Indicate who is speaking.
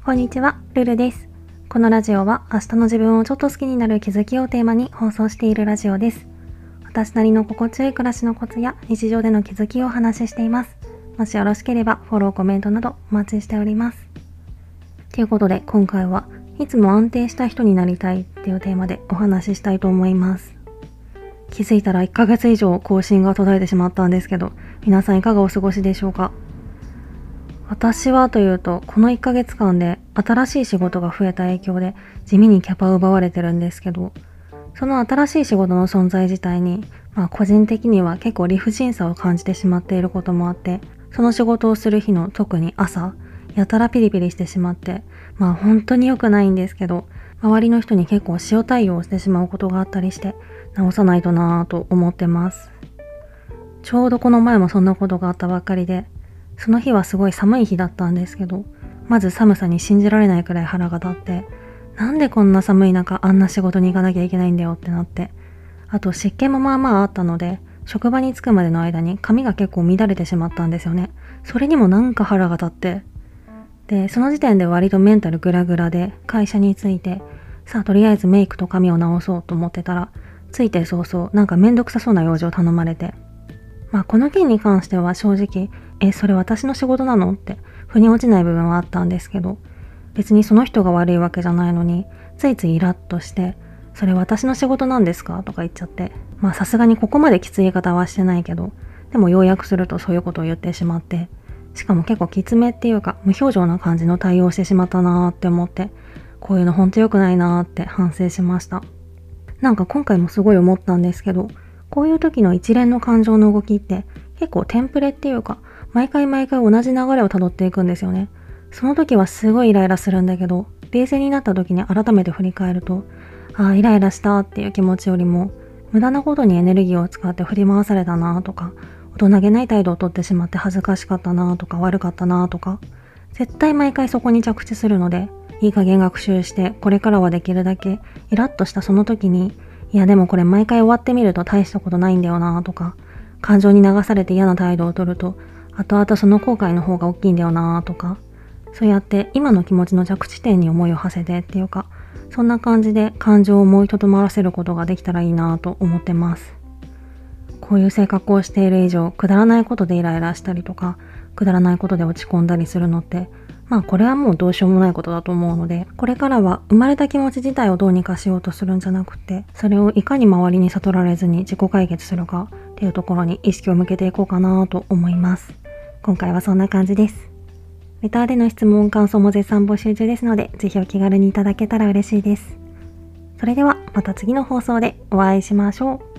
Speaker 1: こんにちは、ルルです。このラジオは明日の自分をちょっと好きになる気づきをテーマに放送しているラジオです。私なりの心地よい暮らしのコツや日常での気づきをお話ししています。もしよろしければフォロー、コメントなどお待ちしております。ということで今回はいつも安定した人になりたいっていうテーマでお話ししたいと思います。気づいたら1ヶ月以上更新が途絶えてしまったんですけど、皆さんいかがお過ごしでしょうか？私はというと、この1ヶ月間で新しい仕事が増えた影響で地味にキャパを奪われてるんですけど、その新しい仕事の存在自体に、個人的には結構理不尽さを感じてしまっていることもあって、その仕事をする日の特に朝、やたらピリピリしてしまって、本当に良くないんですけど、周りの人に結構塩対応してしまうことがあったりして、直さないとなぁと思ってます。ちょうどこの前もそんなことがあったばっかりで、その日はすごい寒い日だったんですけど、まず寒さに信じられないくらい腹が立って、なんでこんな寒い中あんな仕事に行かなきゃいけないんだよってなって、あと湿気もまあまああったので、職場に着くまでの間に髪が結構乱れてしまったんですよね。それにもなんか腹が立って。で、その時点で割とメンタルグラグラで会社に着いて、さあとりあえずメイクと髪を直そうと思ってたら、着いて早々なんかめんどくさそうな用事を頼まれて、この件に関しては正直、それ私の仕事なのって腑に落ちない部分はあったんですけど、別にその人が悪いわけじゃないのに、ついついイラッとして、それ私の仕事なんですかとか言っちゃって、さすがにここまできつい言い方はしてないけど、でも要約するとそういうことを言ってしまって、しかも結構きつめっていうか無表情な感じの対応してしまったなーって思って、こういうのほんと良くないなーって反省しました。なんか今回もすごい思ったんですけど、こういう時の一連の感情の動きって結構テンプレっていうか、毎回同じ流れをたどっていくんですよね。その時はすごいイライラするんだけど、冷静になった時に改めて振り返ると、イライラしたっていう気持ちよりも、無駄なことにエネルギーを使って振り回されたなとか、大人げない態度をとってしまって恥ずかしかったなとか悪かったなとか、絶対毎回そこに着地するので、いい加減学習してこれからはできるだけイラッとしたその時に、いやでもこれ毎回終わってみると大したことないんだよなとか、感情に流されて嫌な態度を取ると後々その後悔の方が大きいんだよなとか、そうやって今の気持ちの着地点に思いを馳せてっていうか、そんな感じで感情を思いとどまらせることができたらいいなと思ってます。こういう性格をしている以上、くだらないことでイライラしたりとか、くだらないことで落ち込んだりするのって、これはもうどうしようもないことだと思うので、これからは生まれた気持ち自体をどうにかしようとするんじゃなくて、それをいかに周りに悟られずに自己解決するかっていうところに意識を向けていこうかなと思います。今回はそんな感じです。レターでの質問、感想も絶賛募集中ですので、ぜひお気軽にいただけたら嬉しいです。それではまた次の放送でお会いしましょう。